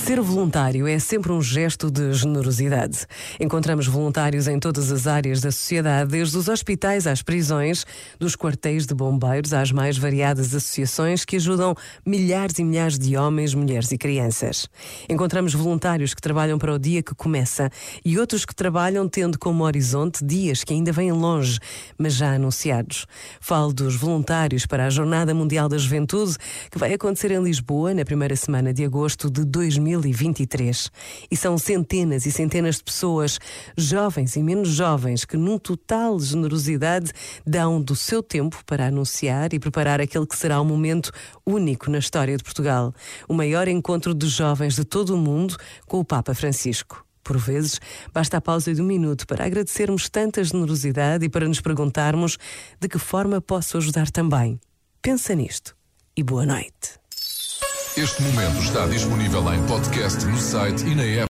Ser voluntário é sempre um gesto de generosidade. Encontramos voluntários em todas as áreas da sociedade, desde os hospitais às prisões, dos quartéis de bombeiros às mais variadas associações que ajudam milhares e milhares de homens, mulheres e crianças. Encontramos voluntários que trabalham para o dia que começa e outros que trabalham tendo como horizonte dias que ainda vêm longe, mas já anunciados. Falo dos voluntários para a Jornada Mundial da Juventude, que vai acontecer em Lisboa na primeira semana de agosto de 2023. E são centenas e centenas de pessoas, jovens e menos jovens, que num total de generosidade dão do seu tempo para anunciar e preparar aquele que será um momento único na história de Portugal. O maior encontro de jovens de todo o mundo com o Papa Francisco. Por vezes, basta a pausa de um minuto para agradecermos tanta generosidade e para nos perguntarmos de que forma posso ajudar também. Pensa nisto e boa noite. Este momento está disponível em podcast no site e na app.